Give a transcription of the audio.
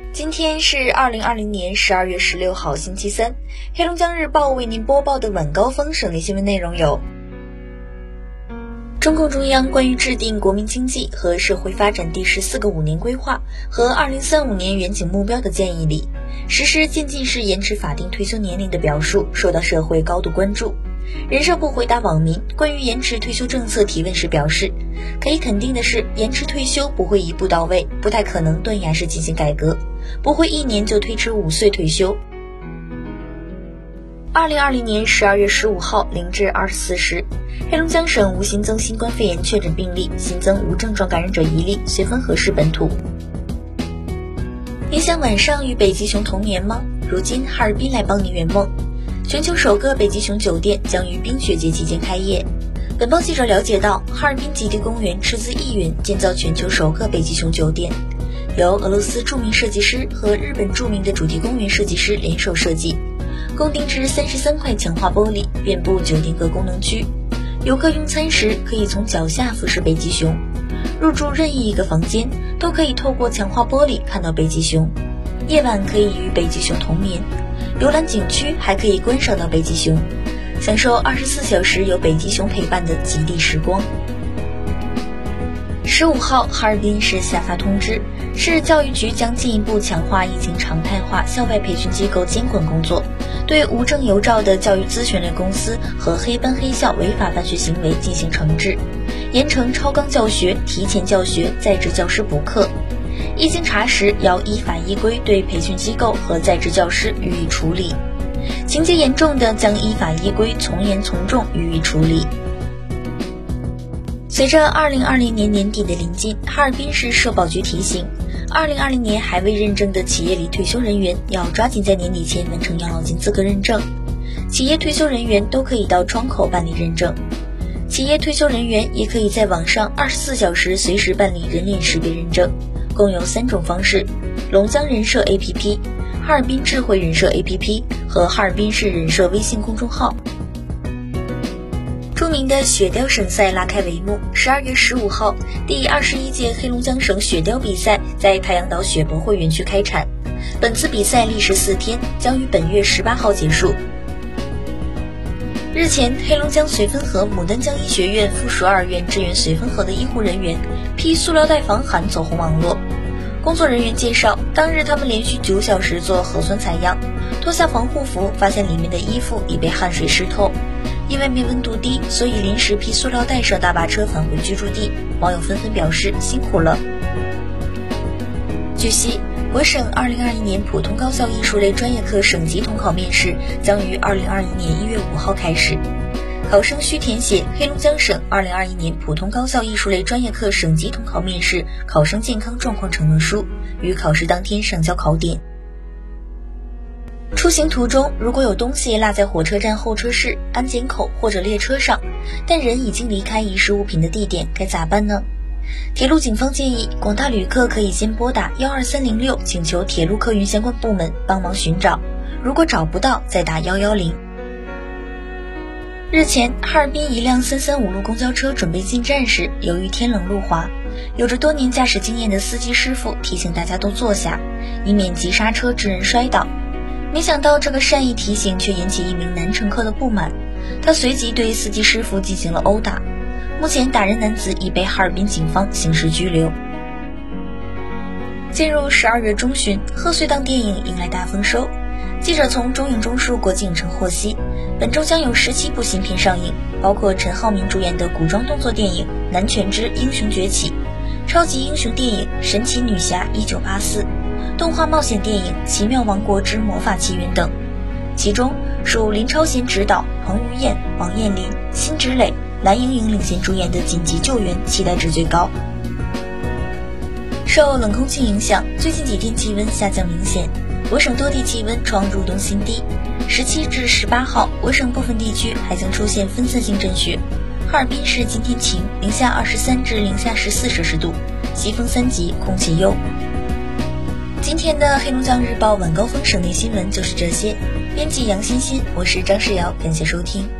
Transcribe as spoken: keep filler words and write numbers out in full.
今天是二零二零年十二月十六号星期三，黑龙江日报为您播报的晚高峰省内新闻内容有：中共中央关于制定国民经济和社会发展第十四个五年规划和二零三五年远景目标的建议里，实施渐进式延迟法定退休年龄的表述受到社会高度关注。人社部回答网民关于延迟退休政策提问时表示，可以肯定的是，延迟退休不会一步到位，不太可能断崖式进行改革，不会一年就推迟五岁退休。二零二零年十二月十五号零至二十四时，黑龙江省无新增新冠肺炎确诊病例，新增无症状感染者一例，绥芬河市本土。你想晚上与北极熊同眠吗？如今哈尔滨来帮你圆梦。全球首个北极熊酒店将于冰雪节期间开业。本报记者了解到，哈尔滨极地公园斥资亿元建造全球首个北极熊酒店，由俄罗斯著名设计师和日本著名的主题公园设计师联手设计，共定制三十三块强化玻璃，遍布酒店各功能区。游客用餐时可以从脚下俯视北极熊，入住任意一个房间都可以透过强化玻璃看到北极熊。夜晚可以与北极熊同眠，游览景区还可以观赏到北极熊，享受二十四小时有北极熊陪伴的极地时光。十五号，哈尔滨市下发通知，市教育局将进一步强化疫情常态化校外培训机构监管工作，对无证有照的教育咨询类公司和黑班黑校违法办学行为进行惩治，严惩超纲教学、提前教学、在职教师补课。一经查实，要依法依规对培训机构和在职教师予以处理，情节严重的将依法依规从严从重予以处理。随着二零二零年年底的临近，哈尔滨市社保局提醒，二零二零年还未认证的企业里退休人员要抓紧在年底前完成养老金资格认证。企业退休人员都可以到窗口办理认证，企业退休人员也可以在网上二十四小时随时办理人脸识别认证，共有三种方式：龙江人社 A P P、哈尔滨智慧人社 A P P 和哈尔滨市人社微信公众号。著名的雪雕省赛拉开帷幕，十二月十五号，第二十一届黑龙江省雪雕比赛在太阳岛雪博会园区开产。本次比赛历时四天，将于本月十八号结束。日前，黑龙江绥芬河牡丹江医学院附属二院支援绥芬河的医护人员披塑料袋防寒走红网络。工作人员介绍，当日他们连续九小时做核酸采样，脱下防护服，发现里面的衣服已被汗水湿透。因外面温度低，所以临时披塑料袋上大巴车返回居住地。网友纷纷表示辛苦了。据悉，我省二零二一年普通高校艺术类专业课省级统考面试将于二零二一年一月五号开始。考生需填写黑龙江省二零二一年普通高校艺术类专业课省级统考面试考生健康状况承诺书，于考试当天上交考点。出行途中，如果有东西落在火车站候车室、安检口或者列车上，但人已经离开遗失物品的地点，该咋办呢？铁路警方建议，广大旅客可以先拨打一二三零六，请求铁路客运相关部门帮忙寻找，如果找不到，再打一一零。日前，哈尔滨一辆三三五路公交车准备进站时，由于天冷路滑，有着多年驾驶经验的司机师傅提醒大家都坐下，以免急刹车致人摔倒。没想到这个善意提醒却引起一名男乘客的不满，他随即对司机师傅进行了殴打。目前打人男子已被哈尔滨警方刑事拘留。进入十二月中旬，贺岁档电影迎来大丰收。记者从中影中枢国际影城获悉，本周将有十七部新片上映，包括陈浩民主演的古装动作电影《男权之英雄崛起》，超级英雄电影《神奇女侠一九八四》，动画冒险电影《奇妙王国之魔法奇缘》等。其中属林超贤执导、彭于晏、王彦霖、辛芷蕾、蓝盈莹领衔主演的《紧急救援》期待值最高。受冷空气影响，最近几天气温下降明显，我省多地气温创入冬新低。十七至十八号，我省部分地区还将出现分散性阵雪。哈尔滨市今天晴，零下二十三至零下十四摄氏度，西风三级，空气优。今天的黑龙江日报晚高峰省内新闻就是这些。编辑杨欣欣，我是张世瑶，感谢收听。